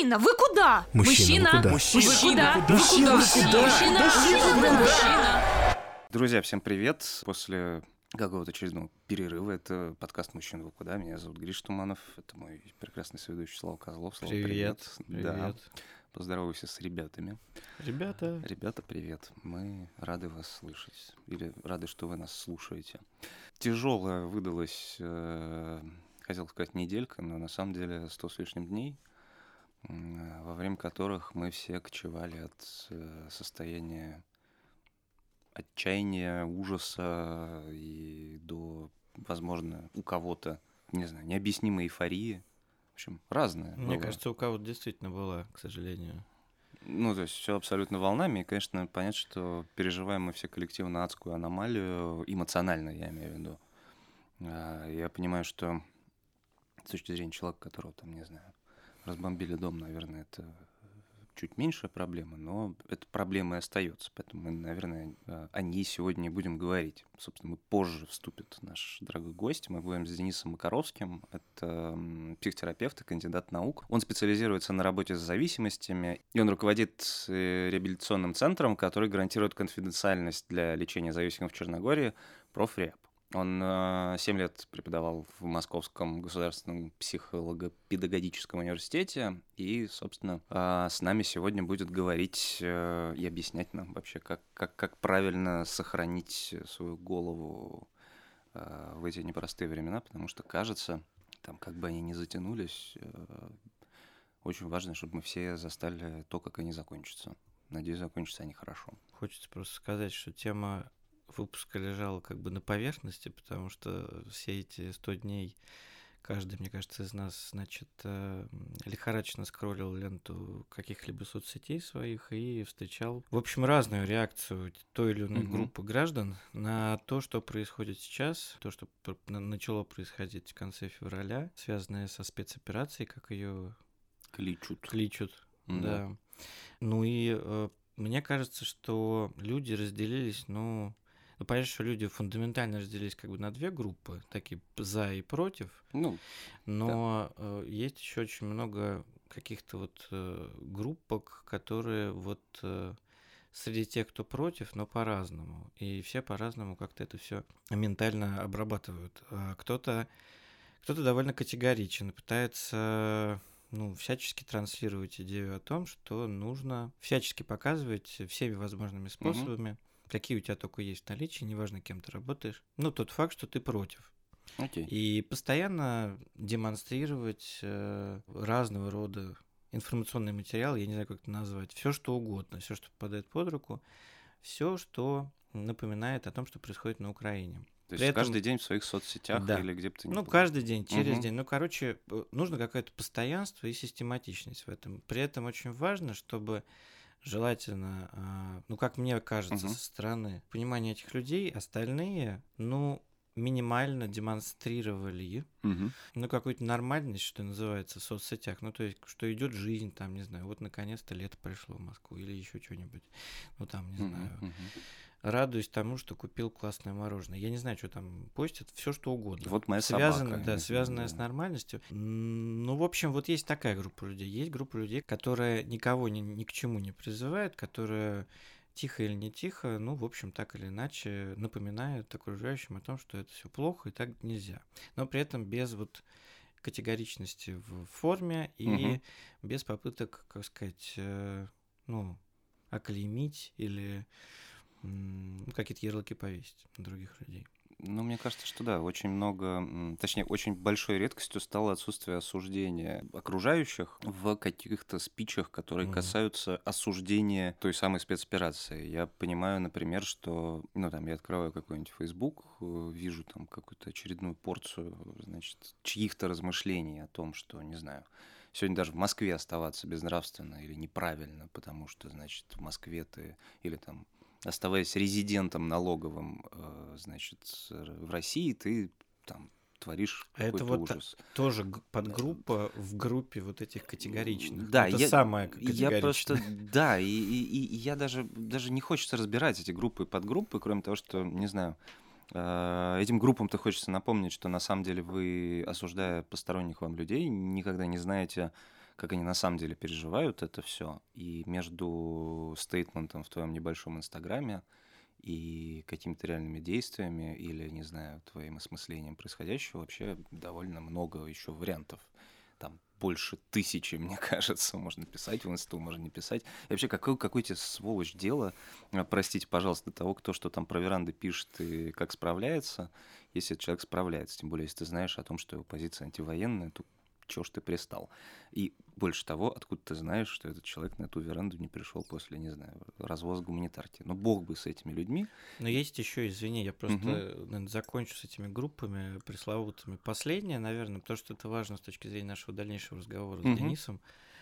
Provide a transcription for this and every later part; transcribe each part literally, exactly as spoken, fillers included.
Мужчина, вы куда? Мужчина, вы куда? Мужчина, вы куда? Мужчина, вы куда? Мужчина, Мужчина, вы мужчина. Друзья, всем привет. После какого-то очередного перерыва это подкаст «Мужчина, вы куда?». Меня зовут Гриша Туманов. Это мой прекрасный соведущий Слава Козлов. Слава, привет. Привет. Привет. Да. Поздоровайся с ребятами. Ребята. Ребята, привет. Мы рады вас слышать. Или рады, что вы нас слушаете. Тяжелая выдалась, э, хотел сказать, неделька, но на самом деле сто с лишним дней, э, во время которых мы все кочевали от э, состояния отчаяния, ужаса и до, возможно, у кого-то, не знаю, необъяснимой эйфории. В общем, разное. Мне было. Кажется, у кого-то действительно была, к сожалению. Ну, то есть все абсолютно волнами. И, конечно, понятно, что переживаем мы все коллективно адскую аномалию, эмоционально, я имею в виду. Я понимаю, что с точки зрения человека, которого там, не знаю, разбомбили дом, наверное, это чуть меньшая проблема, но эта проблема и остается. Поэтому мы, наверное, о ней сегодня и будем говорить. Собственно, мы позже вступит наш дорогой гость. Мы будем с Денисом Макаровским. Это психотерапевт и кандидат наук. Он специализируется на работе с зависимостями, и он руководит реабилитационным центром, который гарантирует конфиденциальность для лечения зависимых в Черногории, профреаб. Он семь лет преподавал в Московском государственном психолого-педагогическом университете и, собственно, с нами сегодня будет говорить и объяснять нам вообще, как, как, как правильно сохранить свою голову в эти непростые времена, потому что, кажется, там, как бы они ни затянулись, очень важно, чтобы мы все застали то, как они закончатся. Надеюсь, закончатся они хорошо. Хочется просто сказать, что тема выпуска лежала как бы на поверхности, потому что все эти сто дней каждый, мне кажется, из нас, значит, лихорадочно скроллил ленту каких-либо соцсетей своих и встречал, в общем, разную реакцию той или иной mm-hmm. группы граждан на то, что происходит сейчас, то, что начало происходить в конце февраля, связанное со спецоперацией, как ее кличут. Кличут, mm-hmm. да. Ну и э, мне кажется, что люди разделились, ну... Ну, понятно, что люди фундаментально разделились как бы на две группы, такие за и против, ну, но да. э, есть еще очень много каких-то вот э, группок, которые вот э, среди тех, кто против, но по-разному, и все по-разному как-то это все ментально обрабатывают. А кто-то, кто-то довольно категоричен, пытается... ну, всячески транслировать идею о том, что нужно всячески показывать всеми возможными способами, mm-hmm. какие у тебя только есть в наличии, неважно, кем ты работаешь, ну, тот факт, что ты против. Okay. И постоянно демонстрировать э, разного рода информационный материал, я не знаю, как это назвать, все что угодно, все, что попадает под руку, все, что напоминает о том, что происходит на Украине. То есть этом... каждый день в своих соцсетях да. или где бы ты ни Ну, был? каждый день, через угу. день. Ну, короче, нужно какое-то постоянство и систематичность в этом. При этом очень важно, чтобы желательно, ну, как мне кажется, угу. со стороны понимания этих людей, остальные, ну, минимально демонстрировали, угу. ну, какую-то нормальность, что называется, в соцсетях. Ну, то есть, что идет жизнь, там, не знаю, вот наконец-то лето пришло в Москву или еще что-нибудь. Ну, там, не угу. знаю. Угу. Радуюсь тому, что купил классное мороженое. Я не знаю, что там постят, все что угодно. Вот моя связано, собака. Да, связанное да. с нормальностью. Ну, в общем, вот есть такая группа людей. Есть группа людей, которая никого ни, ни к чему не призывает, которая тихо или не тихо, ну, в общем, так или иначе напоминает окружающим о том, что это все плохо и так нельзя. Но при этом без вот категоричности в форме и угу. без попыток, как сказать, э, ну, оклеймить или... какие-то ярлыки повесить на других людей. Ну, мне кажется, что да, очень много, точнее, очень большой редкостью стало отсутствие осуждения окружающих в каких-то спичах, которые mm-hmm. касаются осуждения той самой спецоперации. Я понимаю, например, что, ну, там, я открываю какой-нибудь Facebook, вижу там какую-то очередную порцию, значит, чьих-то размышлений о том, что, не знаю, сегодня даже в Москве оставаться безнравственно или неправильно, потому что, значит, в Москве ты или там оставаясь резидентом налоговым, значит, в России, ты там творишь а какой-то это вот ужас. Тоже подгруппа в группе вот этих категоричных. Да, это я, самое категоричное. Я просто, да, и, и, и я даже, даже не хочется разбирать эти группы и подгруппы, кроме того, что, не знаю, этим группам-то хочется напомнить, что на самом деле вы, осуждая посторонних вам людей, никогда не знаете, как они на самом деле переживают это все, и между стейтментом в твоем небольшом Инстаграме и какими-то реальными действиями или, не знаю, твоим осмыслением происходящего вообще довольно много еще вариантов. Там больше тысячи, мне кажется, можно писать в инсту, можно не писать. И вообще, какое, какое тебе, сволочь, дело, а, простите, пожалуйста, того, кто что там про веранды пишет и как справляется, если этот человек справляется. Тем более, если ты знаешь о том, что его позиция антивоенная, то чего ж ты пристал? И больше того, откуда ты знаешь, что этот человек на эту веранду не пришел после, не знаю, развоз гуманитарки. Ну, бог бы с этими людьми. Но есть еще, извини, я просто, Мгм. наверное, закончу с этими группами пресловутыми. Последнее, наверное, потому что это важно с точки зрения нашего дальнейшего разговора с Мгм. Денисом.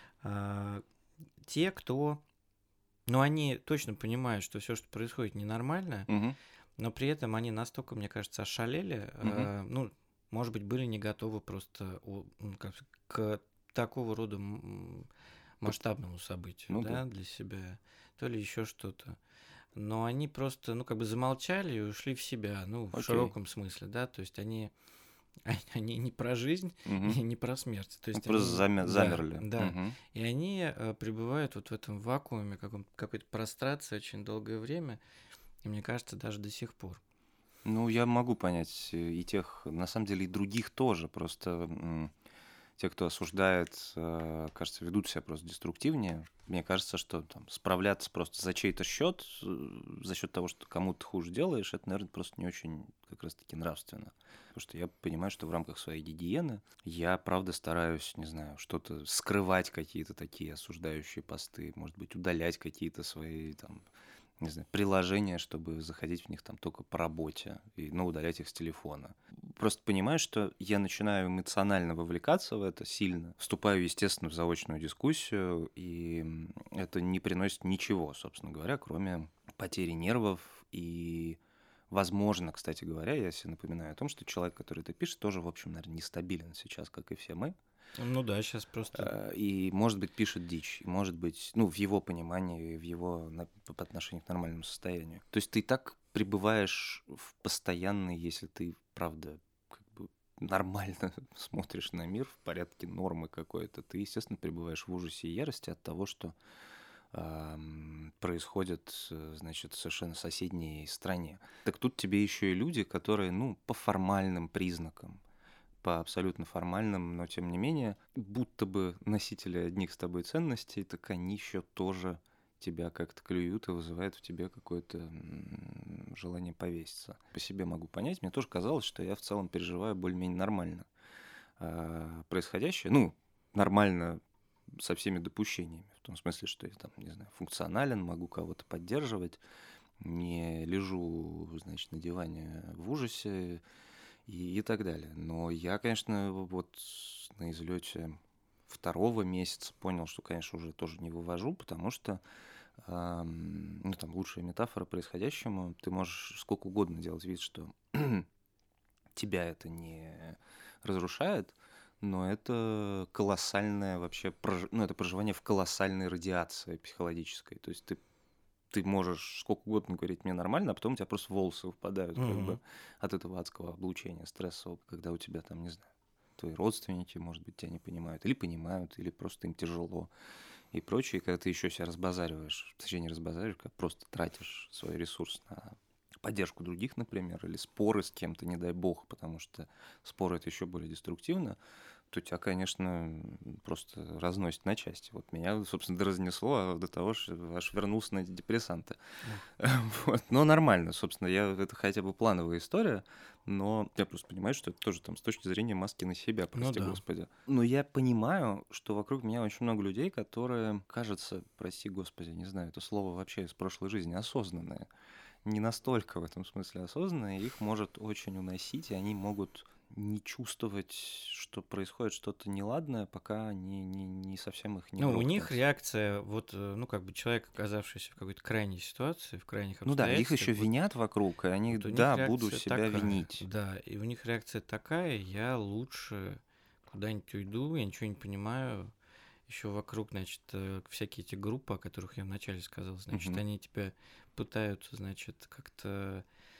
А, те, кто, ну, они точно понимают, что все, что происходит, ненормально, Мгм. но при этом они настолько, мне кажется, ошалели, Мгм. а, ну, может быть, были не готовы просто у- ну, как сказать, к такого рода м, масштабному событию, Ну да, да. для себя, то ли еще что-то. Но они просто, ну, как бы замолчали и ушли в себя, ну, в Окей. широком смысле, да, то есть они, они не про жизнь Мгм. и не про смерть, то Ну, есть просто они, замя- да, замерли. да, Мгм. и они э, пребывают вот в этом вакууме, каком- какой-то прострации очень долгое время, и мне кажется, даже до сих пор. Ну, я могу понять э, и тех, на самом деле, и других тоже. Просто м, те, кто осуждает, э, кажется, ведут себя просто деструктивнее. Мне кажется, что там справляться просто за чей-то счет, за счет того, что кому-то ты хуже делаешь, это, наверное, просто не очень как раз-таки нравственно. Потому что я понимаю, что в рамках своей гигиены я, правда, стараюсь, не знаю, что-то скрывать, какие-то такие осуждающие посты, может быть, удалять какие-то свои там, не знаю, приложения, чтобы заходить в них там только по работе, и, ну, удалять их с телефона. Просто понимаю, что я начинаю эмоционально вовлекаться в это сильно, вступаю, естественно, в заочную дискуссию, и м, это не приносит ничего, собственно говоря, кроме потери нервов и, возможно, кстати говоря, я себе напоминаю о том, что человек, который это пишет, тоже, в общем, наверное, нестабилен сейчас, как и все мы. Ну да, сейчас просто, Э, И, может быть, пишет дичь, и, может быть, ну, в его понимании, в его на- по отношению к нормальному состоянию. То есть ты и так пребываешь в постоянной, если ты, правда, как бы нормально смотришь на мир в порядке нормы какой-то, ты, естественно, пребываешь в ужасе и ярости от того, что ам, происходит, э, значит, в совершенно соседней стране. Так тут тебе еще и люди, которые, ну, по формальным признакам, по абсолютно формальным, но тем не менее, будто бы носители одних с тобой ценностей, так они еще тоже тебя как-то клюют и вызывают в тебе какое-то м, желание повеситься. По себе могу понять, мне тоже казалось, что я в целом переживаю более-менее нормально а, происходящее. Ну, нормально со всеми допущениями. В том смысле, что я там, не знаю, функционален, могу кого-то поддерживать, не лежу, значит, на диване в ужасе, и, и так далее. Но я, конечно, вот на излете второго месяца понял, что, конечно, уже тоже не вывожу, потому что, ам, ну, там, лучшая метафора происходящему, ты можешь сколько угодно делать вид, что тебя это не разрушает, но это колоссальное вообще, прож- ну, это проживание в колоссальной радиации психологической. То есть ты ты можешь сколько угодно говорить «мне нормально», а потом у тебя просто волосы выпадают как бы мгм. от этого адского облучения стрессового, когда у тебя там, не знаю, твои родственники, может быть, тебя не понимают, или понимают, или просто им тяжело и прочее, когда ты еще себя разбазариваешь, точнее не разбазариваешь, когда просто тратишь свой ресурс на поддержку других, например, или споры с кем-то, не дай бог, потому что споры — это еще более деструктивно, то тебя, конечно, просто разносит на части. Вот меня, собственно, разнесло до того, что аж вернулся на эти депрессанты. Ох. Вот. Но нормально, собственно, я, это хотя бы плановая история, но я просто понимаю, что это тоже там с точки зрения маски на себя, Ну прости да. господи. Но я понимаю, что вокруг меня очень много людей, которые, кажется, прости господи, не знаю, это слово вообще из прошлой жизни, осознанные. Не настолько в этом смысле осознанные, их может очень уносить, и они могут не чувствовать, что происходит что-то неладное, пока они не, не совсем их не Ну, у них грохнет. реакция, вот, э, ну, как бы человек, оказавшийся в какой-то крайней ситуации, в крайних Ну да, их еще обстоятельствах, вот, винят вокруг, и они, вот у них да, буду реакция себя такая, винить. да, и у них реакция такая, я лучше куда-нибудь уйду, я ничего не понимаю, еще вокруг, значит, э, всякие эти группы, о которых я вначале сказал, значит, Мгм. они тебя пытаются, значит, как-то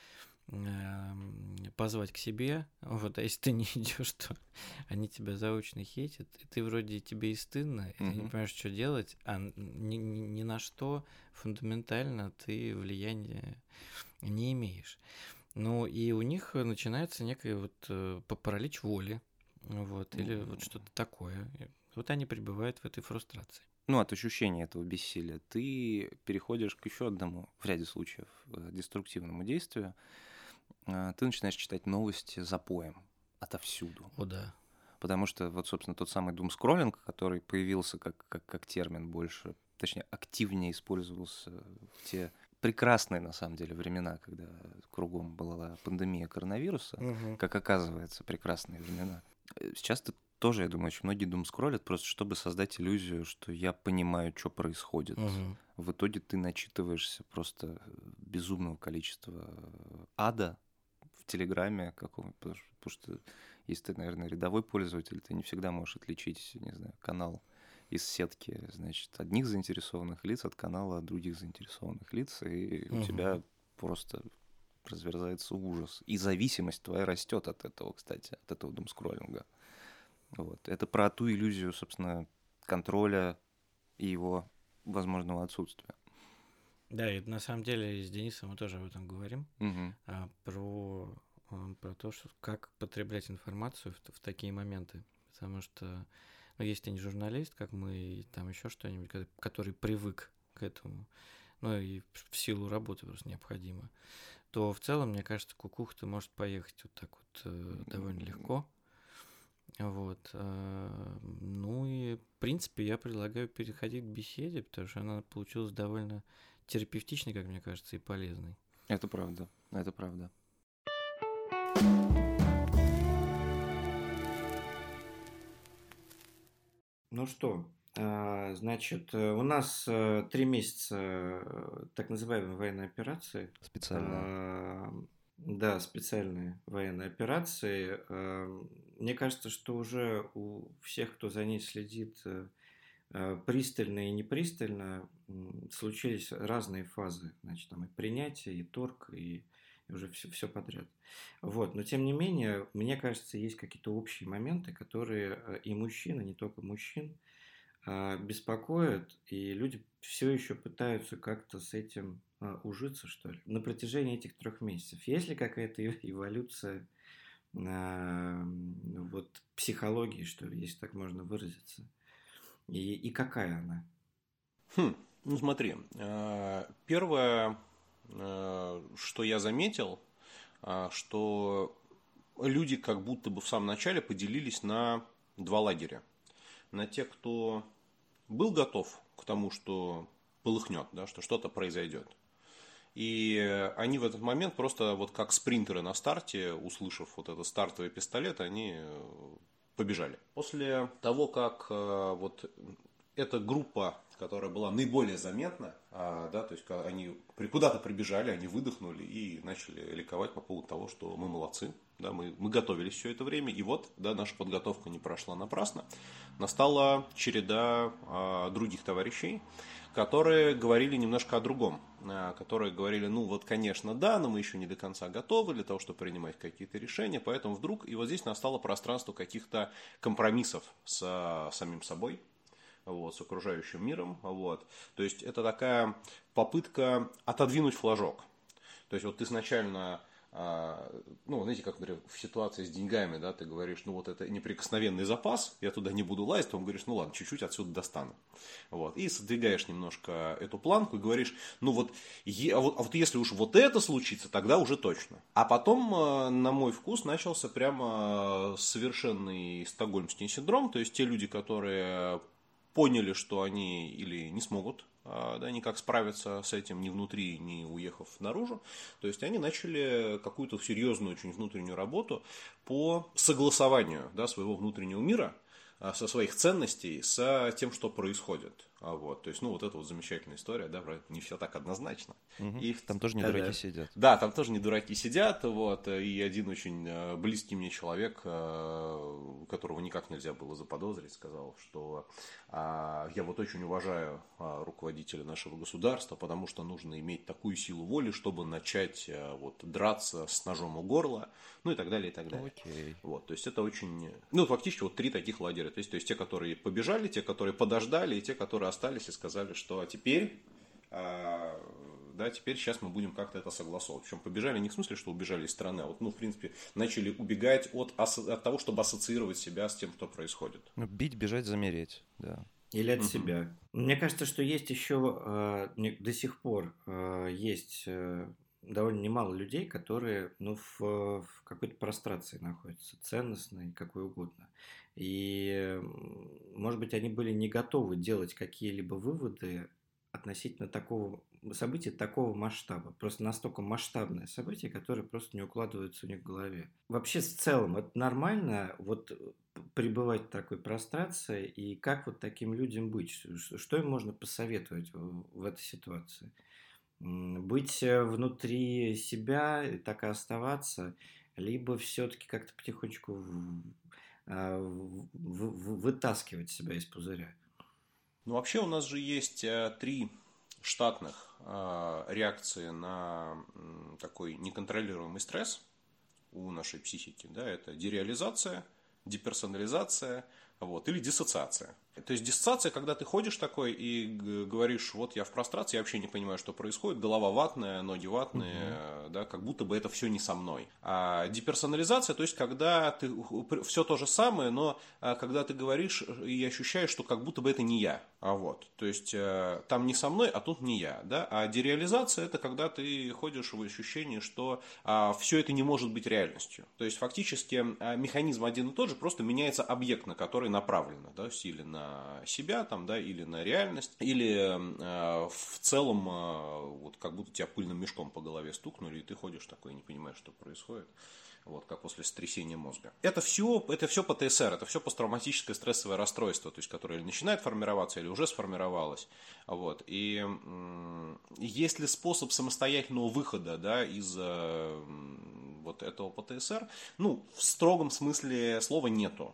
позвать к себе, вот, а если ты не идешь, то они тебя заочно хейтят, и ты вроде тебе и стыдно, и ты не понимаешь, что делать, а ни, ни, ни на что фундаментально ты влияния не имеешь. Ну, и у них начинается некий вот паралич воли, вот, или вот что-то такое. Вот они пребывают в этой фрустрации. Ну, от ощущения этого бессилия ты переходишь к еще одному, в ряде случаев, деструктивному действию. Ты начинаешь читать новости запоем отовсюду. О, да. Потому что вот, собственно, тот самый думскроллинг, который появился как, как, как термин больше, точнее, активнее использовался в те прекрасные, на самом деле, времена, когда кругом была пандемия коронавируса, угу. Как оказывается, прекрасные времена. Сейчас ты тоже, я думаю, очень многие думскроллят, просто чтобы создать иллюзию, что я понимаю, что происходит. Угу. В итоге ты начитываешься просто безумного количества ада в Телеграме какого-нибудь, потому что, потому что если ты, наверное, рядовой пользователь, ты не всегда можешь отличить, не знаю, канал из сетки, значит, одних заинтересованных лиц от канала других заинтересованных лиц, и угу. у тебя просто разверзается ужас. И зависимость твоя растет от этого, кстати, от этого думскроллинга. Вот. Это про ту иллюзию, собственно, контроля и его возможного отсутствия. Да, и на самом деле с Денисом мы тоже об этом говорим, угу. а, про, про то, что как потреблять информацию в, в такие моменты. Потому что, ну, если ты не журналист, как мы, и там еще что-нибудь, который привык к этому, ну и в силу работы просто необходимо, то в целом, мне кажется, кукуха-то может поехать вот так вот э, довольно легко. Вот. Э, ну и, в принципе, я предлагаю переходить к беседе, потому что она получилась довольно терапевтичной, как мне кажется, и полезной. Это правда, это правда. Ну что, значит, у нас три месяца так называемой военной операции. Специальная. Да, специальные военные операции. Мне кажется, что уже у всех, кто за ней следит пристально и непристально, случились разные фазы. Значит, там и принятие, и торг, и уже все, все подряд. Вот. Но тем не менее, мне кажется, есть какие-то общие моменты, которые и мужчин, и не только мужчин, беспокоят, и люди все еще пытаются как-то с этим ужиться, что ли, на протяжении этих трех месяцев. Есть ли какая-то эволюция вот, психологии, что ли, если так можно выразиться? И, и какая она? Хм, ну смотри, первое, что я заметил, что люди как будто бы в самом начале поделились на два лагеря. На тех, кто был готов к тому, что полыхнет, да, что что-то произойдет. И они в этот момент просто вот как спринтеры на старте, услышав вот этот стартовый пистолет, они побежали. После того, как вот эта группа, которая была наиболее заметна, да, то есть они куда-то прибежали, они выдохнули и начали ликовать по поводу того, что мы молодцы, да, мы, мы готовились все это время, и вот, да, наша подготовка не прошла напрасно. Настала череда а, других товарищей, которые говорили немножко о другом, а, которые говорили, ну вот, конечно, да, но мы еще не до конца готовы для того, чтобы принимать какие-то решения, поэтому вдруг, и вот здесь настало пространство каких-то компромиссов с а, самим собой, вот, с окружающим миром, вот. То есть это такая попытка отодвинуть флажок. То есть вот ты изначально, ну, знаете, как, например, в ситуации с деньгами, да, ты говоришь, ну, вот это неприкосновенный запас, я туда не буду лазить, потом говоришь, ну, ладно, чуть-чуть отсюда достану. Вот. И сдвигаешь немножко эту планку и говоришь, ну, вот, е, а вот, а вот если уж вот это случится, тогда уже точно. А потом, на мой вкус, начался прямо совершенный стокгольмский синдром, то есть те люди, которые поняли, что они или не смогут, да, никак справиться с этим ни внутри, ни уехав наружу. То есть они начали какую-то серьезную очень внутреннюю работу по согласованию, да, своего внутреннего мира, со своих ценностей, с тем, что происходит. А вот, то есть, ну, вот это вот замечательная история, да, не все так однозначно. Угу. И там тоже не да, дураки да. сидят. Да, там тоже не дураки сидят, вот, и один очень близкий мне человек, которого никак нельзя было заподозрить, сказал, что я вот очень уважаю руководителя нашего государства, потому что нужно иметь такую силу воли, чтобы начать вот драться с ножом у горла, ну и так далее, и так далее. Окей. Вот, то есть это очень, ну, фактически вот три таких лагеря, то есть, то есть те, которые побежали, те, которые подождали, и те, которые остались и сказали, что а теперь, а, да, теперь сейчас мы будем как-то это согласовывать. Причем побежали не в смысле, что убежали из страны, а вот, ну, в принципе, начали убегать от, от того, чтобы ассоциировать себя с тем, что происходит. Ну, бить, бежать, замереть, да. Или от Мгм. себя. Мне кажется, что есть еще э, не- до сих пор э, есть э, довольно немало людей, которые ну, в, в какой-то прострации находятся, ценностной, какой угодно. И, м, может быть, они были не готовы делать какие-либо выводы относительно такого события, такого масштаба. Просто настолько масштабное событие, которое просто не укладывается у них в голове. Вообще, в целом, это нормально вот п- пребывать в такой прострации, и как вот таким людям быть? Ш- Что им можно посоветовать в, в этой ситуации? М, Быть э, внутри себя и так и оставаться, либо все-таки как-то потихонечку в- а, в- в- в- вытаскивать себя из пузыря? Ну, вообще у нас же есть э, три штатных э, реакции на м, такой неконтролируемый стресс у нашей психики. Да, это дереализация, деперсонализация, вот, или диссоциация. То есть диссоциация, когда ты ходишь такой и г- говоришь, вот я в прострации, я вообще не понимаю, что происходит, голова ватная, ноги ватные, э, да, как будто бы это все не со мной. А деперсонализация, то есть когда ты все то же самое, но а, когда ты говоришь и ощущаешь, что как будто бы это не я. А вот, то есть э, там не со мной, а тут не я, да. А дереализация это когда ты ходишь в ощущении, что а, все это не может быть реальностью. То есть фактически а, механизм один и тот же, просто меняется объект, на который направлено, да, или на себя, там, да, или на реальность, или э, в целом э, вот как будто тебя пыльным мешком по голове стукнули, и ты ходишь такой и не понимаешь, что происходит. Вот, как после сотрясения мозга. Это все, это все по ПТСР, это все посттравматическое стрессовое расстройство, то есть, которое или начинает формироваться, или уже сформировалось. Вот. И м, есть ли способ самостоятельного выхода, да, из э, вот этого ПТСР? Ну, в строгом смысле слова нету.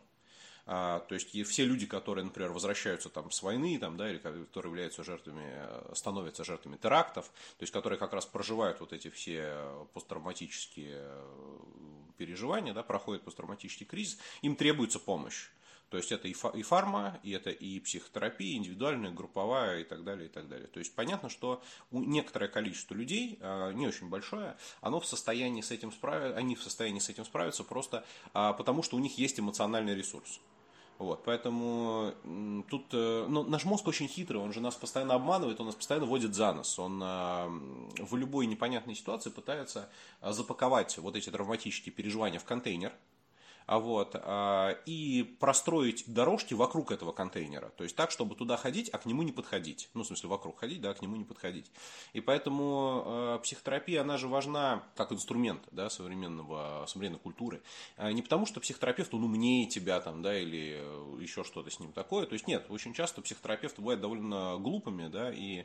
А, то есть и все люди, которые, например, возвращаются там с войны, там, да, или которые являются жертвами, становятся жертвами терактов, то есть которые как раз проживают вот эти все посттравматические переживания, да, проходят посттравматический кризис, им требуется помощь. То есть это и фарма, и это и психотерапия, индивидуальная, групповая и так далее, и так далее. То есть понятно, что у некоторое количество людей, не очень большое, оно в состоянии с этим справиться, они в состоянии с этим справиться просто потому, что у них есть эмоциональный ресурс. Вот, поэтому тут ну, наш мозг очень хитрый, он же нас постоянно обманывает, он нас постоянно водит за нос. Он в любой непонятной ситуации пытается запаковать вот эти травматические переживания в контейнер. А вот, и простроить дорожки вокруг этого контейнера. То есть так, чтобы туда ходить, а к нему не подходить. Ну, в смысле, вокруг ходить, да, а к нему не подходить. И поэтому э, психотерапия, она же важна как инструмент, да, современного, современной культуры. Не потому, что психотерапевт, он умнее тебя там, да, или еще что-то с ним такое. То есть нет, очень часто психотерапевты бывают довольно глупыми, да, и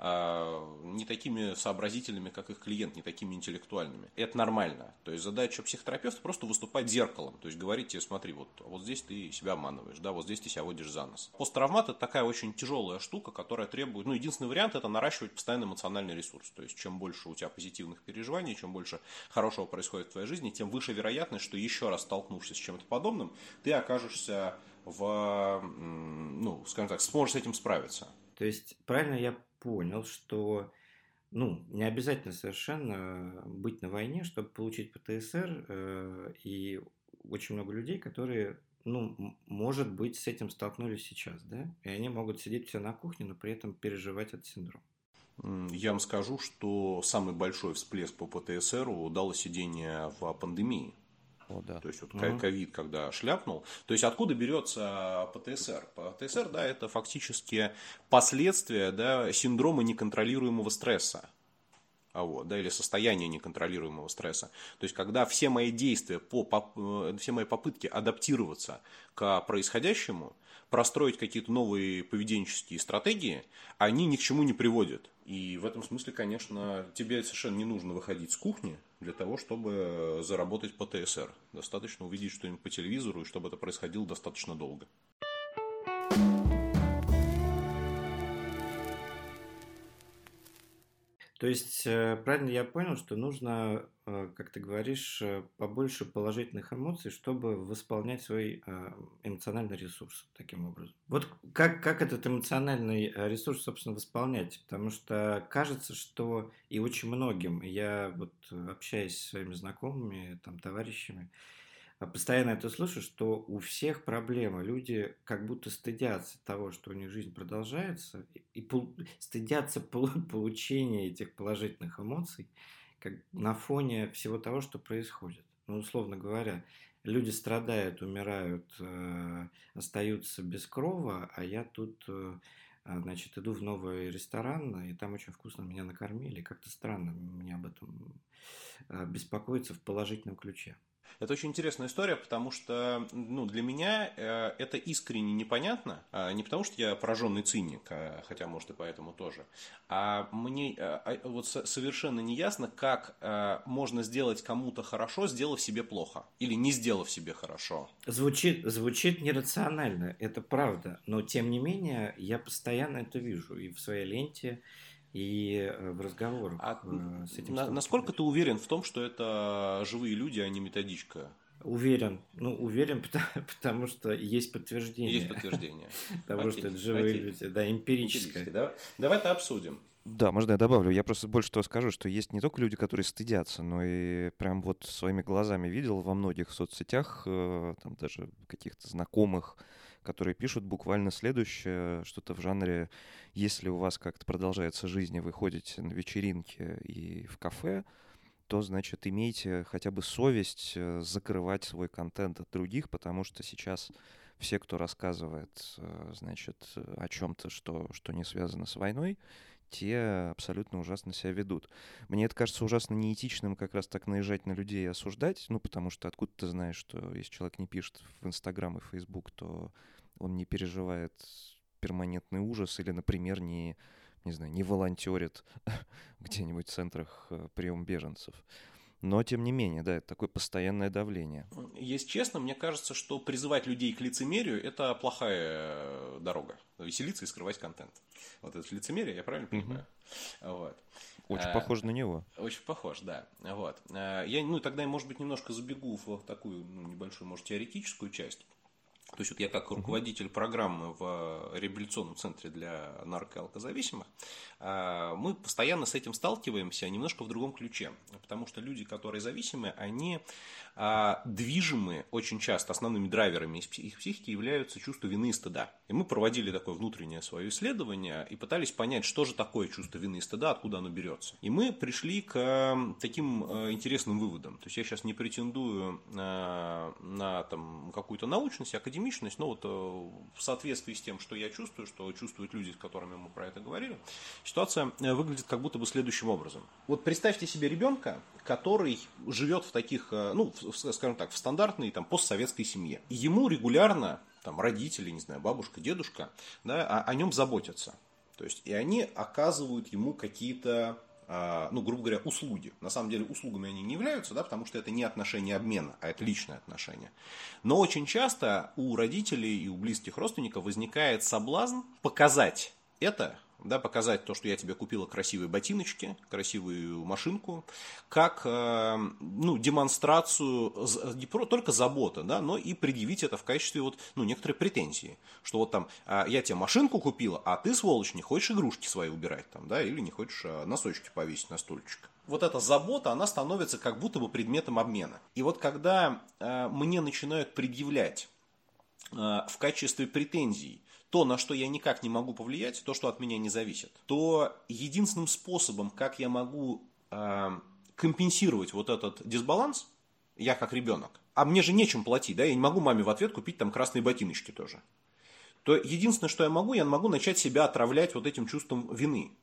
э, не такими сообразительными, как их клиент, не такими интеллектуальными. И это нормально. То есть задача психотерапевта просто выступать зеркалом. То есть говорить тебе, смотри, вот, вот здесь ты себя обманываешь, да, вот здесь ты себя водишь за нос. Посттравмат – это такая очень тяжелая штука, которая требует, ну, единственный вариант – это наращивать постоянно эмоциональный ресурс. То есть, чем больше у тебя позитивных переживаний, чем больше хорошего происходит в твоей жизни, тем выше вероятность, что еще раз столкнувшись с чем-то подобным, ты окажешься в, ну, скажем так, сможешь с этим справиться. То есть, правильно я понял, что ну, не обязательно совершенно быть на войне, чтобы получить ПТСР, э, и очень много людей, которые, ну, может быть, с этим столкнулись сейчас, да? И они могут сидеть все на кухне, но при этом переживать этот синдром. Я вам скажу, что самый большой всплеск по ПТСРу дало сидение в пандемии. О, да. То есть вот ковид, когда шляпнул. То есть откуда берется ПТСР? ПТСР, да, это фактически последствия, да, синдрома неконтролируемого стресса. А вот, да, или состояние неконтролируемого стресса. То есть, когда все мои действия, по, по, все мои попытки адаптироваться к происходящему, простроить какие-то новые поведенческие стратегии, они ни к чему не приводят. И в этом смысле, конечно, тебе совершенно не нужно выходить с кухни для того, чтобы заработать по ТСР. Достаточно увидеть что-нибудь по телевизору, и чтобы это происходило достаточно долго. То есть, правильно я понял, что нужно, как ты говоришь, побольше положительных эмоций, чтобы восполнять свой эмоциональный ресурс таким образом. Вот как, как этот эмоциональный ресурс, собственно, восполнять? Потому что кажется, что и очень многим, я вот общаюсь со своими знакомыми, там, товарищами, постоянно это слышу, что у всех проблемы. Люди как будто стыдятся того, что у них жизнь продолжается, и, и пол, стыдятся получения этих положительных эмоций как на фоне всего того, что происходит. Ну, условно говоря, люди страдают, умирают, э, остаются без крова, а я тут, э, значит, иду в новый ресторан, и там очень вкусно меня накормили. Как-то странно мне об этом э, беспокоиться в положительном ключе. Это очень интересная история, потому что ну, для меня э, это искренне непонятно. Э, не потому, что я пораженный циник, э, хотя, может, и поэтому тоже. А мне э, вот со- совершенно не ясно, как э, можно сделать кому-то хорошо, сделав себе плохо. Или не сделав себе хорошо. Звучит, звучит нерационально, это правда. Но, тем не менее, я постоянно это вижу и в своей ленте, и в разговорах А с этим. на, насколько ты уверен в том, что это живые люди, а не методичка? Уверен. Ну, уверен, потому, потому что есть подтверждение. Есть подтверждение. Того, что это живые люди. Да, эмпирическое. Давай это обсудим. Да, можно я добавлю? Я просто больше того скажу, что есть не только люди, которые стыдятся, но и прям вот своими глазами видел во многих соцсетях, там даже каких-то знакомых, которые пишут буквально следующее, что-то в жанре: если у вас как-то продолжается жизнь, и вы ходите на вечеринки и в кафе, то, значит, имейте хотя бы совесть закрывать свой контент от других, потому что сейчас все, кто рассказывает, значит, о чем-то, что, что не связано с войной, те абсолютно ужасно себя ведут. Мне это кажется ужасно неэтичным как раз так наезжать на людей и осуждать, ну, потому что откуда ты знаешь, что если человек не пишет в Инстаграм и в Фейсбук, то он не переживает перманентный ужас или, например, не, не знаю, не волонтерит где-нибудь в центрах приема беженцев. Но, тем не менее, да, это такое постоянное давление. Если честно, мне кажется, что призывать людей к лицемерию – это плохая дорога. Веселиться и скрывать контент. Вот это лицемерие, я правильно понимаю? Mm-hmm. Вот. Очень а, похож на него. Очень похож, да. Вот. Я, ну, тогда, может быть, немножко забегу в такую ну, небольшую, может, теоретическую часть. То есть вот я как руководитель программы в реабилитационном центре для нарко- и алкозависимых, мы постоянно с этим сталкиваемся немножко в другом ключе. Потому что люди, которые зависимы, они движимы очень часто, основными драйверами их психики являются чувство вины и стыда. И мы проводили такое внутреннее свое исследование и пытались понять, что же такое чувство вины и стыда, откуда оно берется. И мы пришли к таким интересным выводам. То есть я сейчас не претендую на, на там, какую-то научность, академичность, но вот в соответствии с тем, что я чувствую, что чувствуют люди, с которыми мы про это говорили, ситуация выглядит как будто бы следующим образом. Вот представьте себе ребенка, который живет в таких, ну, скажем так, в стандартной там, постсоветской семье. И ему регулярно там, родители, не знаю, бабушка, дедушка, да, о, о нем заботятся. То есть, и они оказывают ему какие-то, ну, грубо говоря, услуги. На самом деле услугами они не являются, да, потому что это не отношение обмена, а это личное отношение. Но очень часто у родителей и у близких родственников возникает соблазн показать это, да, показать то, что я тебе купила красивые ботиночки, красивую машинку, как э, ну, демонстрацию не только заботы, да, но и предъявить это в качестве вот, ну, некоторой претензии. Что вот там э, я тебе машинку купила, а ты, сволочь, не хочешь игрушки свои убирать там, да, или не хочешь э, носочки повесить на стульчик. Вот эта забота, она становится как будто бы предметом обмена. И вот когда э, мне начинают предъявлять э, в качестве претензий то, на что я никак не могу повлиять, то, что от меня не зависит, то единственным способом, как я могу э, компенсировать вот этот дисбаланс, я как ребенок, а мне же нечем платить, да, я не могу маме в ответ купить там красные ботиночки тоже, то единственное, что я могу, я могу начать себя отравлять вот этим чувством вины.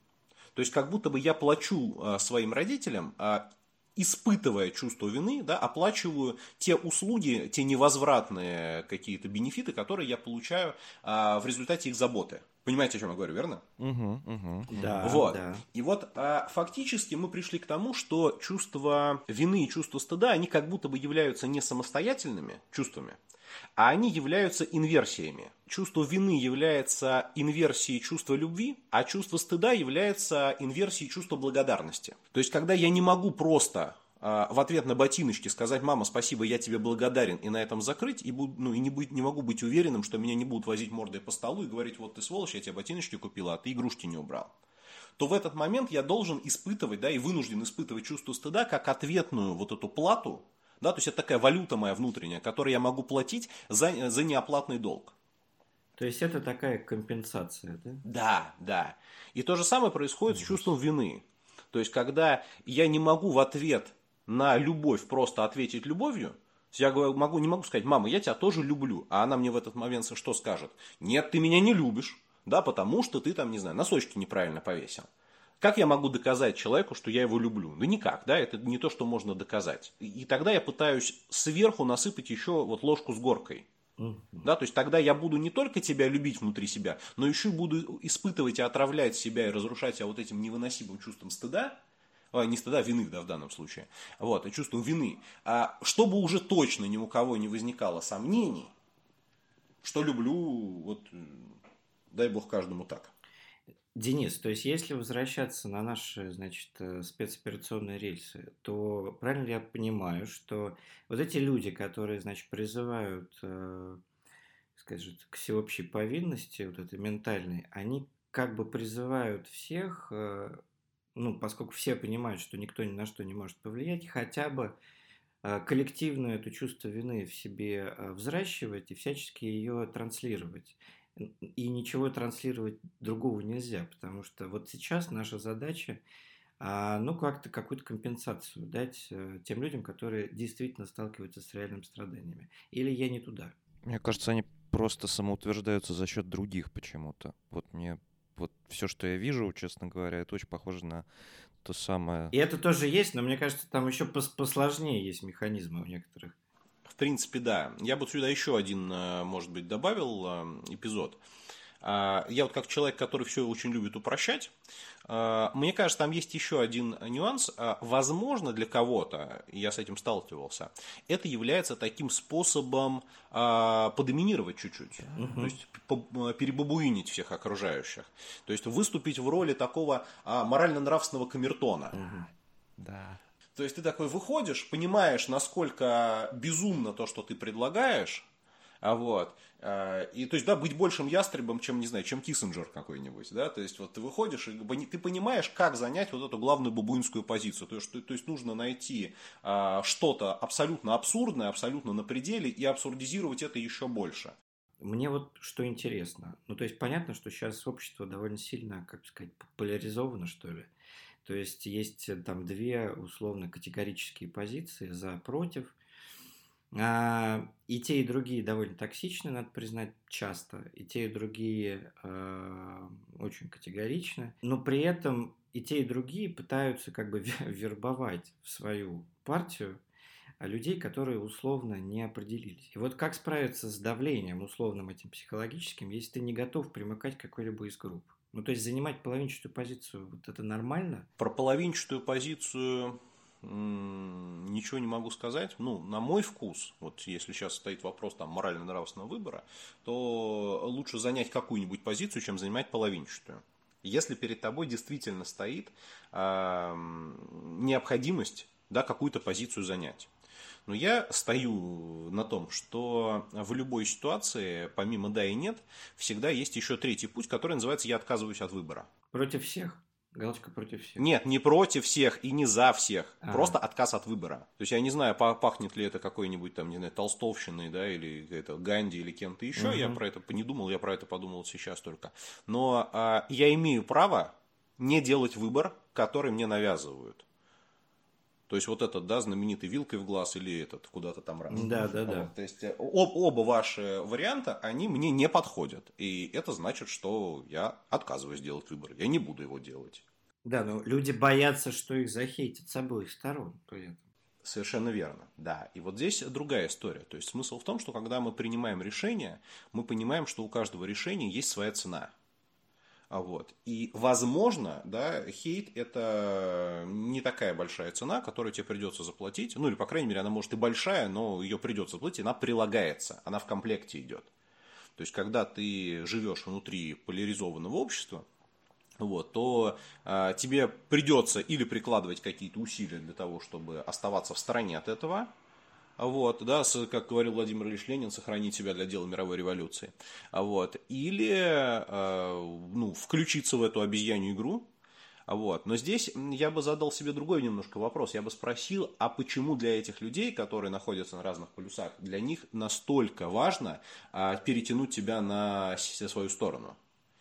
То есть, как будто бы я плачу а, своим родителям, а, испытывая чувство вины, да, оплачиваю те услуги, те невозвратные какие-то бенефиты, которые я получаю а, в результате их заботы. Понимаете, о чем я говорю, верно? Угу, угу. Да, Вот. да. И вот а, фактически мы пришли к тому, что чувство вины и чувство стыда, они как будто бы являются не самостоятельными чувствами, а они являются инверсиями. Чувство вины является инверсией чувства любви, а чувство стыда является инверсией чувства благодарности. То есть, когда я не могу просто э, в ответ на ботиночки сказать: мама, спасибо, я тебе благодарен, и на этом закрыть, и, буду, ну, и не, быть, не могу быть уверенным, что меня не будут возить мордой по столу и говорить: вот ты сволочь, я тебе ботиночки купила, а ты игрушки не убрал. То в этот момент я должен испытывать, да, и вынужден испытывать чувство стыда как ответную вот эту плату. Да, то есть это такая валюта моя внутренняя, которую я могу платить за, за неоплатный долг. То есть это такая компенсация, да? Да, да. И то же самое происходит с чувством вины. То есть когда я не могу в ответ на любовь просто ответить любовью, я могу, не могу сказать: мама, я тебя тоже люблю. А она мне в этот момент что скажет? Нет, ты меня не любишь, да, потому что ты там, не знаю, носочки неправильно повесил. Как я могу доказать человеку, что я его люблю? Да никак, да, это не то, что можно доказать. И тогда я пытаюсь сверху насыпать еще вот ложку с горкой. Mm-hmm. Да, то есть тогда я буду не только тебя любить внутри себя, но еще и буду испытывать и отравлять себя и разрушать себя вот этим невыносимым чувством стыда, а, не стыда, вины, да, в данном случае, вот, а чувством вины, а, чтобы уже точно ни у кого не возникало сомнений, что люблю, вот, дай бог каждому так. Денис, то есть если возвращаться на наши, значит, спецоперационные рельсы, то правильно ли я понимаю, что вот эти люди, которые, значит, призывают, э, скажем, к всеобщей повинности, вот этой ментальной, они как бы призывают всех, э, ну, поскольку все понимают, что никто ни на что не может повлиять, хотя бы э, коллективное это чувство вины в себе э, взращивать и всячески ее транслировать. И ничего транслировать другого нельзя, потому что вот сейчас наша задача, а, ну, как-то какую-то компенсацию дать а, тем людям, которые действительно сталкиваются с реальными страданиями. Или я не туда? Мне кажется, они просто самоутверждаются за счет других почему-то. Вот мне вот все, что я вижу, честно говоря, это очень похоже на то самое. И это тоже есть, но мне кажется, там еще посложнее есть механизмы у некоторых. В принципе, да. Я бы сюда еще один, может быть, добавил эпизод. Я вот как человек, который все очень любит упрощать, мне кажется, там есть еще один нюанс. Возможно, для кого-то, я с этим сталкивался, это является таким способом подоминировать чуть-чуть. Uh-huh. То есть перебабуинить всех окружающих. То есть выступить в роли такого морально-нравственного камертона. Uh-huh. Да. То есть ты такой выходишь, понимаешь, насколько безумно то, что ты предлагаешь, а вот, и то есть, да, быть большим ястребом, чем, не знаю, чем Киссинджер какой-нибудь, да, то есть вот ты выходишь и ты понимаешь, как занять вот эту главную бабуинскую позицию, то есть, то есть нужно найти а, что-то абсолютно абсурдное, абсолютно на пределе и абсурдизировать это еще больше. Мне вот что интересно, ну то есть понятно, что сейчас общество довольно сильно, как сказать, поляризовано, что ли. То есть есть там две условно категорические позиции за, против. А, и те, и другие довольно токсичны, надо признать, часто. И те, и другие а, очень категоричны. Но при этом и те, и другие пытаются как бы вербовать в свою партию людей, которые условно не определились. И вот как справиться с давлением условным этим психологическим, если ты не готов примыкать к какой-либо из групп? Ну, то есть занимать половинчатую позицию, вот это нормально? Про половинчатую позицию м- ничего не могу сказать. Ну, на мой вкус, вот если сейчас стоит вопрос там морально-нравственного выбора, то лучше занять какую-нибудь позицию, чем занимать половинчатую. Если перед тобой действительно стоит э- необходимость, да, какую-то позицию занять. Но я стою на том, что в любой ситуации, помимо да и нет, всегда есть еще третий путь, который называется «я отказываюсь от выбора». Против всех? Галочка против всех? Нет, не против всех и не за всех. А-а-а. Просто отказ от выбора. То есть я не знаю, пахнет ли это какой-нибудь там, не знаю, толстовщиной, да, или это Ганди, или кем-то еще. Угу. Я про это не думал, я про это подумал сейчас только. Но а, я имею право не делать выбор, который мне навязывают. То есть вот этот, да, знаменитый вилкой в глаз или этот куда-то там раз. Да, да, да. Вот, то есть об, оба ваши варианта, они мне не подходят. И это значит, что я отказываюсь делать выбор. Я не буду его делать. Да, но люди боятся, что их захейтят с обоих сторон при этом. Совершенно верно, да. И вот здесь другая история. То есть смысл в том, что когда мы принимаем решение, мы понимаем, что у каждого решения есть своя цена. А вот. И, возможно, да, хейт – это не такая большая цена, которую тебе придется заплатить. Ну, или, по крайней мере, она может и большая, но ее придется заплатить, она прилагается, она в комплекте идет. То есть, когда ты живешь внутри поляризованного общества, вот, то э, тебе придется или прикладывать какие-то усилия для того, чтобы оставаться в стороне от этого, вот, да, с, как говорил Владимир Ильич Ленин, сохранить себя для дела мировой революции, вот, или э, ну, включиться в эту обезьянью игру. Вот. Но здесь я бы задал себе другой немножко вопрос. Я бы спросил, а почему для этих людей, которые находятся на разных полюсах, для них настолько важно а, перетянуть тебя на свою сторону?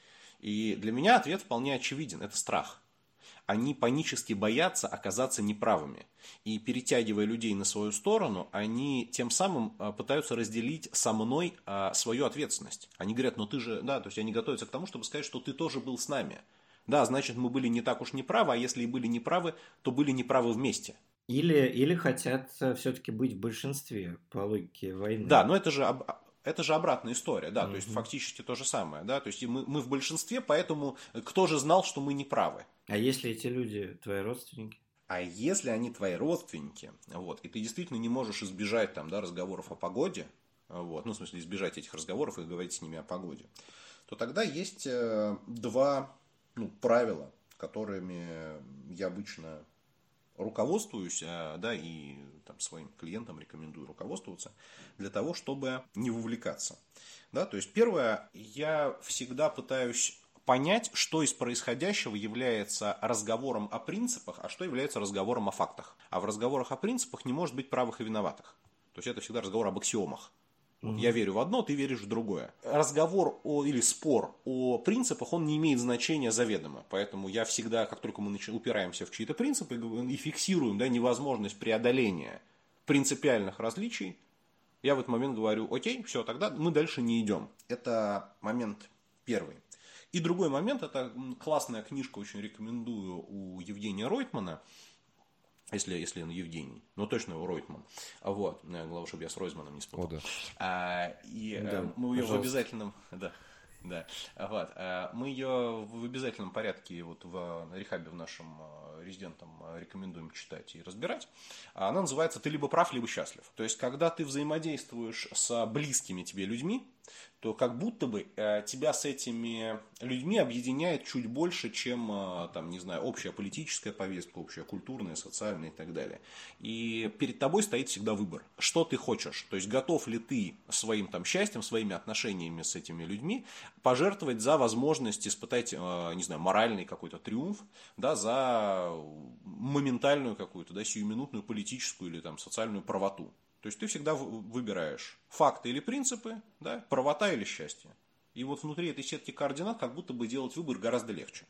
И для меня ответ вполне очевиден. Это страх. Они панически боятся оказаться неправыми. И перетягивая людей на свою сторону, они тем самым пытаются разделить со мной свою ответственность. Они говорят, ну ты же, да, то есть они готовятся к тому, чтобы сказать, что ты тоже был с нами. Да, значит, мы были не так уж неправы, а если и были неправы, то были неправы вместе. Или, или хотят все-таки быть в большинстве по логике войны. Да, но это же, это же обратная история, да, mm-hmm. то есть фактически то же самое, да, то есть мы, мы в большинстве, поэтому кто же знал, что мы неправы? А если эти люди твои родственники? А если они твои родственники, вот, и ты действительно не можешь избежать там, да, разговоров о погоде, вот, ну, в смысле, избежать этих разговоров и говорить с ними о погоде, то тогда есть э, два ну, правила, которыми я обычно руководствуюсь, да, и там, своим клиентам рекомендую руководствоваться для того, чтобы не вовлекаться. Да, то есть первое, я всегда пытаюсь понять, что из происходящего является разговором о принципах, а что является разговором о фактах. А в разговорах о принципах не может быть правых и виноватых. То есть это всегда разговор об аксиомах. Вот я верю в одно, ты веришь в другое. Разговор о, или спор о принципах, он не имеет значения заведомо. Поэтому я всегда, как только мы упираемся в чьи-то принципы и фиксируем, да, невозможность преодоления принципиальных различий, я в этот момент говорю, окей, все, тогда мы дальше не идем. Это момент первый. И другой момент, это классная книжка, очень рекомендую, у Евгения Ройтмана. Если, если он Евгений, но точно его Ройтман. Вот, главное, чтобы я с Ройзманом не спутал. О, да. а, и да, мы ее пожалуйста. в обязательном, да, да, вот, а, мы ее в обязательном порядке вот в на рехабе в нашем резидентам рекомендуем читать и разбирать. Она называется «Ты либо прав, либо счастлив». То есть, когда ты взаимодействуешь с близкими тебе людьми, то как будто бы э, тебя с этими людьми объединяет чуть больше, чем, э, там, не знаю, общая политическая повестка, общая культурная, социальная и так далее. И перед тобой стоит всегда выбор. Что ты хочешь? То есть, готов ли ты своим там счастьем, своими отношениями с этими людьми пожертвовать за возможность испытать, э, не знаю, моральный какой-то триумф, да, за моментальную какую-то, да, сиюминутную политическую или там социальную правоту. То есть ты всегда выбираешь факты или принципы, да, правота или счастье. И вот внутри этой сетки координат как будто бы делать выбор гораздо легче.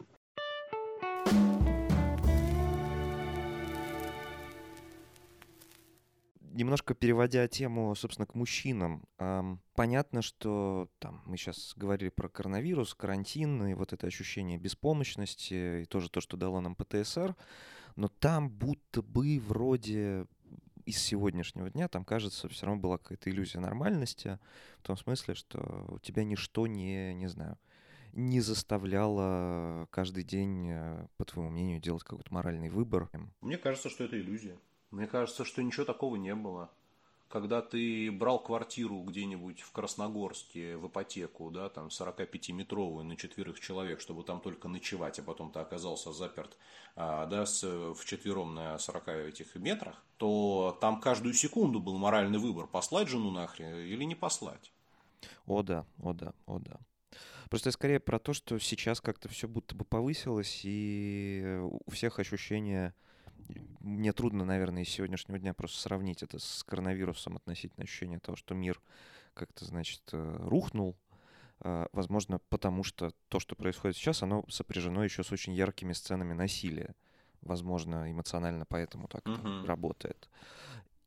Немножко переводя тему, собственно, к мужчинам. Эм, понятно, что там мы сейчас говорили про коронавирус, карантин и вот это ощущение беспомощности, и тоже то, что дало нам ПТСР, но там будто бы вроде... из сегодняшнего дня там, кажется, все равно была какая-то иллюзия нормальности, в том смысле, что у тебя ничто не, не знаю, не заставляло каждый день, по твоему мнению, делать какой-то моральный выбор. Мне кажется, что это иллюзия. Мне кажется, что ничего такого не было. Когда ты брал квартиру где-нибудь в Красногорске в ипотеку, да, там сорокапятиметровую на четверых человек, чтобы там только ночевать, а потом ты оказался заперт, а, да, с, вчетвером на сорока этих метрах, то там каждую секунду был моральный выбор, послать жену нахрен или не послать. О да, о да, о да. Просто скорее про то, что сейчас как-то все будто бы повысилось, и у всех ощущение... Мне трудно, наверное, из сегодняшнего дня просто сравнить это с коронавирусом относительно ощущения того, что мир как-то, значит, рухнул. Возможно, потому что то, что происходит сейчас, оно сопряжено еще с очень яркими сценами насилия. Возможно, эмоционально поэтому так uh-huh. работает.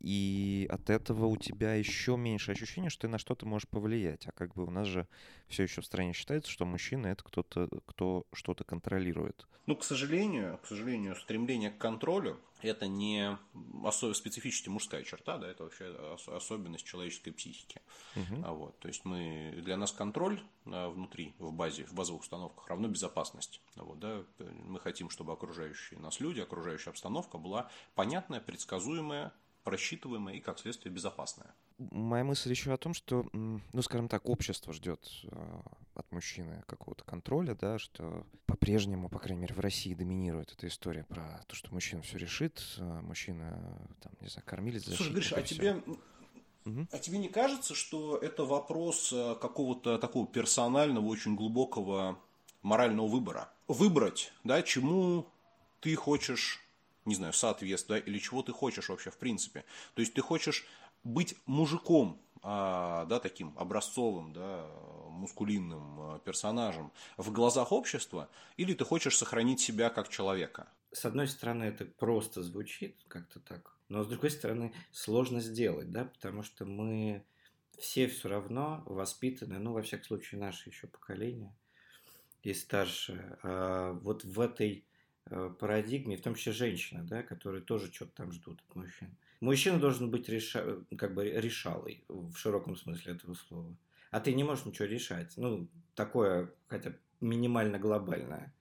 И от этого у тебя еще меньше ощущения, что ты на что-то можешь повлиять. А как бы у нас же все еще в стране считается, что мужчина — это кто-то, кто что-то контролирует. Ну, к сожалению, к сожалению, стремление к контролю – это не особо специфически мужская черта, да, это вообще особенность человеческой психики. Угу. А вот, то есть мы, для нас контроль внутри, в базе, в базовых установках равно безопасность. А вот, да, мы хотим, чтобы окружающие нас люди, окружающая обстановка была понятная, предсказуемая, просчитываемая и, как следствие, безопасная. Моя мысль еще о том, что, ну, скажем так, общество ждет э, от мужчины какого-то контроля, да, что по-прежнему, по крайней мере, в России доминирует эта история про то, что мужчина все решит, э, мужчина, там, не знаю, кормилец, защитник. Слушай, Гриша, а тебе, угу. а тебе не кажется, что это вопрос какого-то такого персонального, очень глубокого морального выбора? Выбрать, да, чему ты хочешь, не знаю, соответствовать, да, или чего ты хочешь вообще в принципе. То есть ты хочешь быть мужиком, а, да, таким образцовым, да, мускулинным персонажем в глазах общества, или ты хочешь сохранить себя как человека? С одной стороны, это просто звучит как-то так, но с другой стороны, сложно сделать, да, потому что мы все все равно воспитаны, ну, во всяком случае, наше еще поколение и старше, а, вот в этой парадигме, в том числе женщины, да, которые тоже что-то там ждут от мужчин. Мужчина должен быть реша... как бы решалой в широком смысле этого слова. А ты не можешь ничего решать. Ну, такое, хотя минимально глобальное.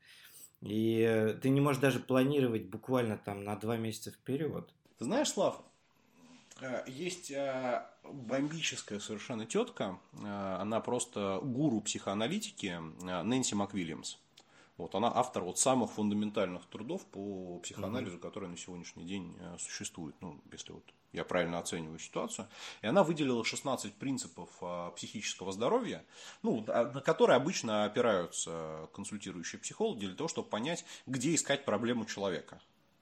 И ты не можешь даже планировать буквально там на два месяца вперед. Ты знаешь, Слав, есть бомбическая совершенно тетка, она просто гуру психоаналитики, Нэнси МакВильямс. Вот, она автор вот самых фундаментальных трудов по психоанализу, mm-hmm. которые на сегодняшний день существуют, ну, если вот я правильно оцениваю ситуацию. И она выделила шестнадцать принципов психического здоровья, ну, на которые обычно опираются консультирующие психологи для того, чтобы понять, где искать проблему человека.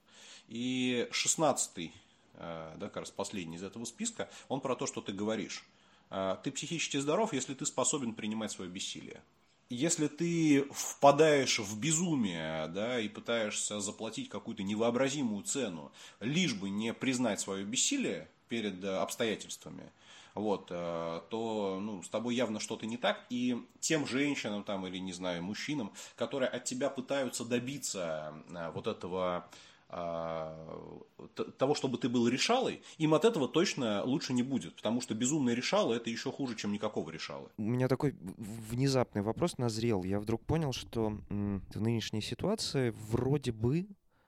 И шестнадцатый, да, как раз последний из этого списка, он про то, что ты говоришь. Ты психически здоров, если ты способен принимать свое бессилие. Если ты впадаешь в безумие, да, и пытаешься заплатить какую-то невообразимую цену, лишь бы не признать свое бессилие перед обстоятельствами, вот, то, ну, с тобой явно что-то не так. И тем женщинам там, или, не знаю, мужчинам, которые от тебя пытаются добиться вот этого... того, чтобы ты был решалой, им от этого точно лучше не будет, потому что безумное решало — это еще хуже, чем никакого решала. У меня такой внезапный вопрос назрел. Я вдруг понял, что в нынешней ситуации вроде бы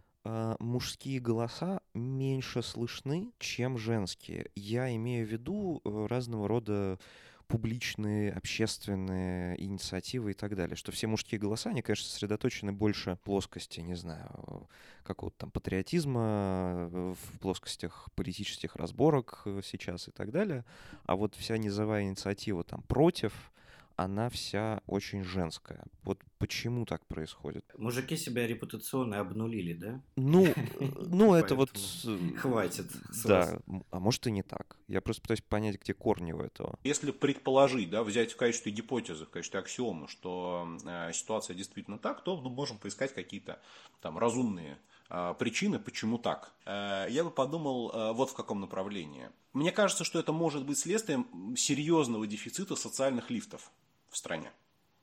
мужские голоса меньше слышны, чем женские. Я имею в виду разного рода публичные, общественные инициативы и так далее. Что все мужские голоса, они, конечно, сосредоточены больше в плоскости, не знаю, какого-то там патриотизма, в плоскостях политических разборок сейчас и так далее. А вот вся низовая инициатива там против, она вся очень женская. Вот почему так происходит? Мужики себя репутационно обнулили, да? Ну, ну это вот... Хватит. Да, а может и не так. Я просто пытаюсь понять, где корни у этого. Если предположить, да, взять в качестве гипотезы, в качестве аксиомы, что э, ситуация действительно так, то мы можем поискать какие-то там разумные э, причины, почему так. Э, я бы подумал э, вот в каком направлении. Мне кажется, что это может быть следствием серьезного дефицита социальных лифтов в стране,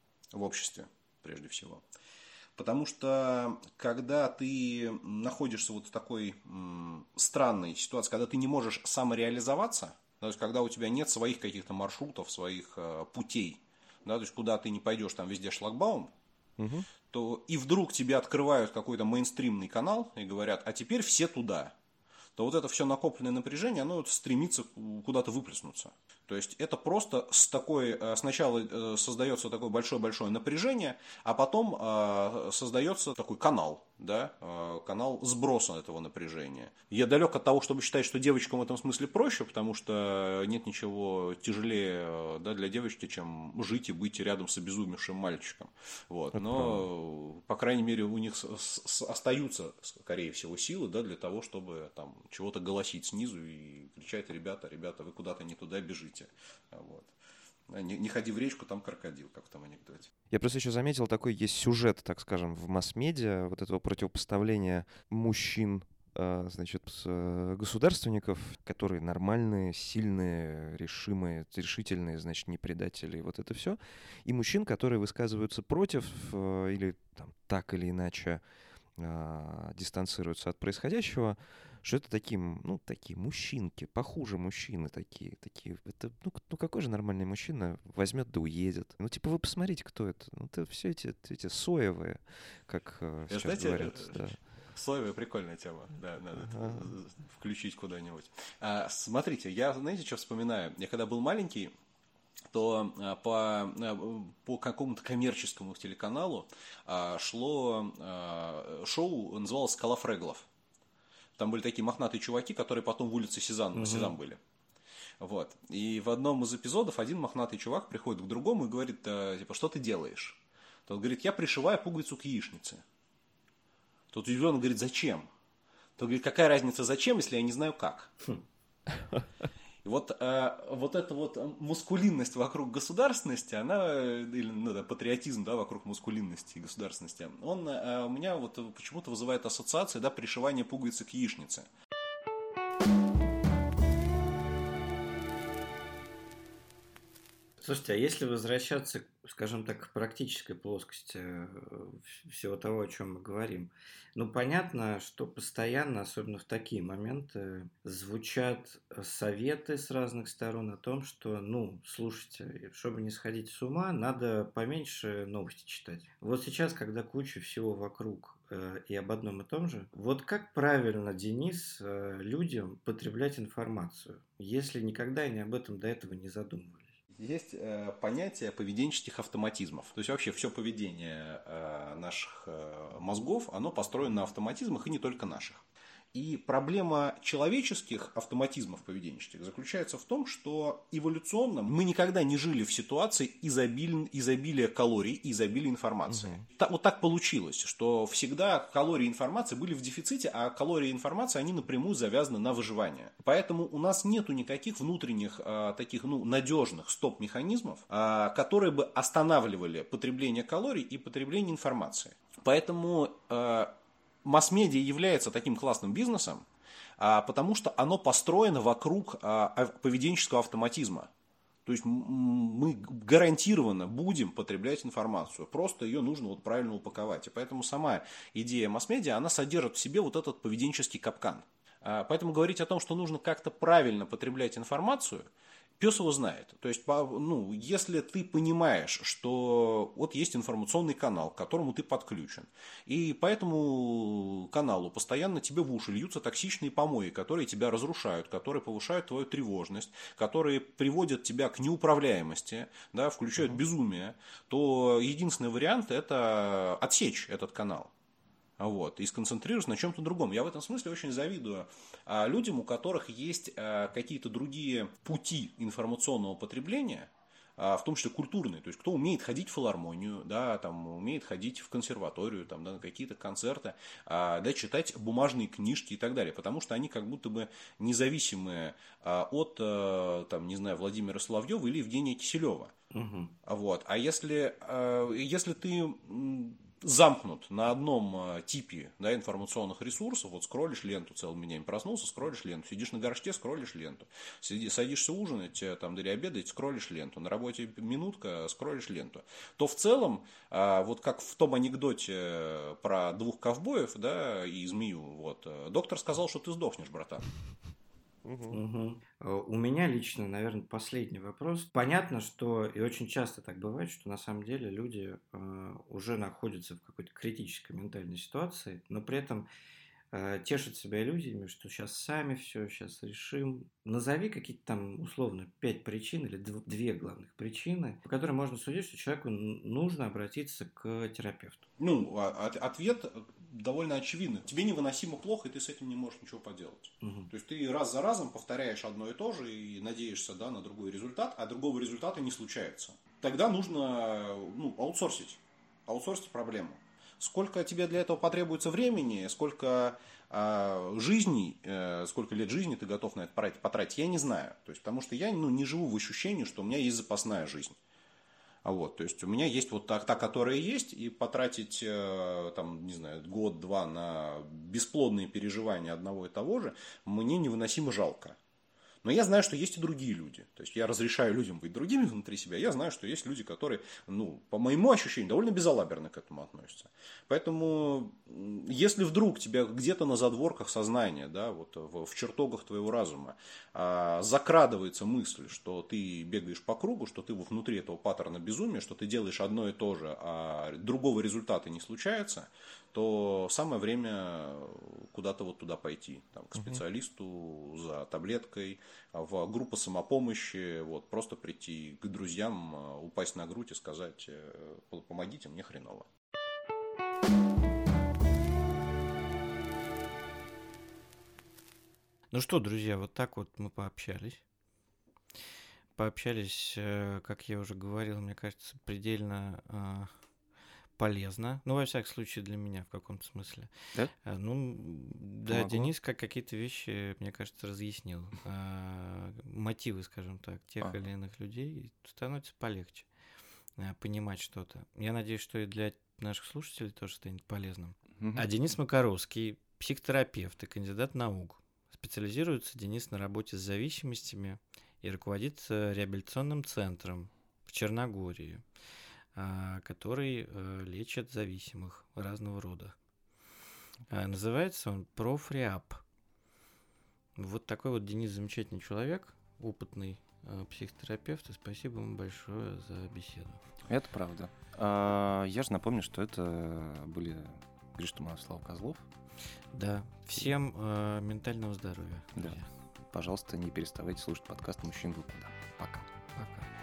в обществе, прежде всего. Потому что, когда ты находишься вот в такой м, странной ситуации, когда ты не можешь самореализоваться, то есть, когда у тебя нет своих каких-то маршрутов, своих э, путей, да, то есть, куда ты не пойдешь, там везде шлагбаум, угу. то и вдруг тебе открывают какой-то мейнстримный канал и говорят, а теперь все туда, то вот это все накопленное напряжение, оно стремится куда-то выплеснуться. То есть это просто с такой, сначала создается такое большое-большое напряжение, а потом создается такой канал, да, канал сброса этого напряжения. Я далек от того, чтобы считать, что девочкам в этом смысле проще, потому что нет ничего тяжелее, да, для девочки, чем жить и быть рядом с обезумевшим мальчиком. Вот. Но, правда. По крайней мере, у них остаются, скорее всего, силы, да, для того, чтобы там чего-то голосить снизу и кричать: ребята, ребята, вы куда-то не туда бежите. Вот. Не, не ходи в речку, там крокодил, как в том анекдоте. Я просто еще заметил, такой есть сюжет, так скажем, в масс-медиа, вот этого противопоставления мужчин а, значит, с, э, государственников, которые нормальные, сильные, решимые, решительные, значит, не предатели, и вот это все, и мужчин, которые высказываются против э, или там, так или иначе э, дистанцируются от происходящего, что это такие, ну, такие мужчинки, похуже мужчины такие, такие, это, ну, ну какой же нормальный мужчина возьмет да уедет? Ну, типа, вы посмотрите, кто это. Ну, это все эти, эти соевые, как э, сейчас знаете, говорят. Да. Соевая прикольная тема, да, надо Ага. это включить куда-нибудь. А, смотрите, я, знаете, что вспоминаю? Я когда был маленький, то а, по, а, по какому-то коммерческому телеканалу а, шло а, шоу, называлось «Скала Фреглов». Там были такие мохнатые чуваки, которые потом в улице Сезанн, угу. Сезанн были. Вот. И в одном из эпизодов один мохнатый чувак приходит к другому и говорит, типа, что ты делаешь? Тот говорит, я пришиваю пуговицу к яичнице. Тот удивленно говорит, зачем? Тот говорит, какая разница зачем, если я не знаю как? И вот, э, вот эта вот мускулинность вокруг государственности, она, или ну, да, патриотизм, да, вокруг мускулинности и государственности, он э, у меня вот почему-то вызывает ассоциации, да, пришивание пуговицы к яичнице. Слушайте, а если возвращаться, скажем так, к практической плоскости всего того, о чем мы говорим, ну, понятно, что постоянно, особенно в такие моменты, звучат советы с разных сторон о том, что, ну, слушайте, чтобы не сходить с ума, надо поменьше новости читать. Вот сейчас, когда куча всего вокруг э, и об одном и том же, вот как правильно, Денис, э, людям потреблять информацию, если никогда они об этом до этого не задумывались? Есть э, понятие поведенческих автоматизмов. То есть вообще все поведение э, наших э, мозгов, оно построено на автоматизмах и не только наших. И проблема человеческих автоматизмов поведенческих заключается в том, что эволюционно мы никогда не жили в ситуации изобилия, изобилия калорий и изобилия информации. Угу. Так, вот так получилось, что всегда калории и информации были в дефиците, а калории и информация, они напрямую завязаны на выживание. Поэтому у нас нету никаких внутренних а, таких ну, надежных стоп-механизмов, а, которые бы останавливали потребление калорий и потребление информации. Поэтому... А, масс-медиа является таким классным бизнесом, потому что оно построено вокруг поведенческого автоматизма. То есть мы гарантированно будем потреблять информацию, просто ее нужно вот правильно упаковать. И поэтому сама идея масс-медиа, она содержит в себе вот этот поведенческий капкан. Поэтому говорить о том, что нужно как-то правильно потреблять информацию, пес его знает. То есть, ну, если ты понимаешь, что вот есть информационный канал, к которому ты подключен, и по этому каналу постоянно тебе в уши льются токсичные помои, которые тебя разрушают, которые повышают твою тревожность, которые приводят тебя к неуправляемости, да, включают безумие, то единственный вариант – это отсечь этот канал. Вот, и сконцентрироваться на чем-то другом. Я в этом смысле очень завидую а, людям, у которых есть а, какие-то другие пути информационного потребления, а, в том числе культурные. То есть, кто умеет ходить в филармонию, да, там, умеет ходить в консерваторию, там, да, на какие-то концерты, а, да, читать бумажные книжки и так далее. Потому что они как будто бы независимые а, от, а, там, не знаю, Владимира Соловьева или Евгения Киселева. Угу. Вот. А если, а, если ты... замкнут на одном типе, да, информационных ресурсов, вот скроллишь ленту целыми днями, проснулся, скроллишь ленту, сидишь на горшке, скроллишь ленту, Сиди, садишься ужинать там, или обедать, скроллишь ленту, на работе минутка, скроллишь ленту, то в целом, вот как в том анекдоте про двух ковбоев, да, и змею, вот, доктор сказал, что ты сдохнешь, братан. Угу. Угу. У меня лично, наверное, последний вопрос. Понятно, что и очень часто так бывает, что на самом деле люди э, уже находятся в какой-то критической ментальной ситуации, но при этом э, тешат себя иллюзиями, что сейчас сами все, сейчас решим. Назови какие-то там условно пять причин или две главных причины, по которым можно судить, что человеку нужно обратиться к терапевту. Ну, ответ довольно очевидный. Тебе невыносимо плохо, и ты с этим не можешь ничего поделать. Угу. То есть ты раз за разом повторяешь одно и то же и надеешься, да, на другой результат, а другого результата не случается. Тогда нужно, ну, аутсорсить. Аутсорсить проблему. Сколько тебе для этого потребуется времени, сколько э, жизней, э, сколько лет жизни ты готов на это потратить, я не знаю. То есть, потому что я, ну, не живу в ощущении, что у меня есть запасная жизнь. А вот, то есть у меня есть вот та, та, которая есть, и потратить, э, там, не знаю, год-два на бесплодные переживания одного и того же мне невыносимо жалко. Но я знаю, что есть и другие люди. То есть я разрешаю людям быть другими внутри себя. Я знаю, что есть люди, которые, ну, по моему ощущению, довольно безалаберно к этому относятся. Поэтому, если вдруг тебя где-то на задворках сознания, да, вот в, в чертогах твоего разума а, закрадывается мысль, что ты бегаешь по кругу, что ты внутри этого паттерна безумия, что ты делаешь одно и то же, а другого результата не случается, то самое время куда-то вот туда пойти, там, к специалисту за таблеткой, в группу самопомощи, вот, просто прийти к друзьям, упасть на грудь и сказать: помогите, мне хреново. Ну что, друзья, вот так вот мы пообщались. Пообщались, как я уже говорил, мне кажется, предельно полезно. Ну, во всяком случае, для меня в каком-то смысле. Да? А, ну, да, Помогло? Денис как какие-то вещи, мне кажется, разъяснил. А, мотивы, скажем так, тех Ага. или иных людей, становится полегче а, понимать что-то. Я надеюсь, что и для наших слушателей тоже станет полезным. Мгм. А Денис Макаровский, психотерапевт и кандидат наук. Специализируется Денис на работе с зависимостями и руководит э, реабилитационным центром в Черногории, а, который э, лечит зависимых разного рода. А, называется он Профриап. Вот такой вот Денис замечательный человек, опытный э, психотерапевт, и спасибо ему большое за беседу. Это правда. А, я же напомню, что это были Гриш Туманов, Слава Козлов. Да, всем э, ментального здоровья. Да. друзья. Пожалуйста, не переставайте слушать подкаст «Мужчин вы куда». Пока. Пока.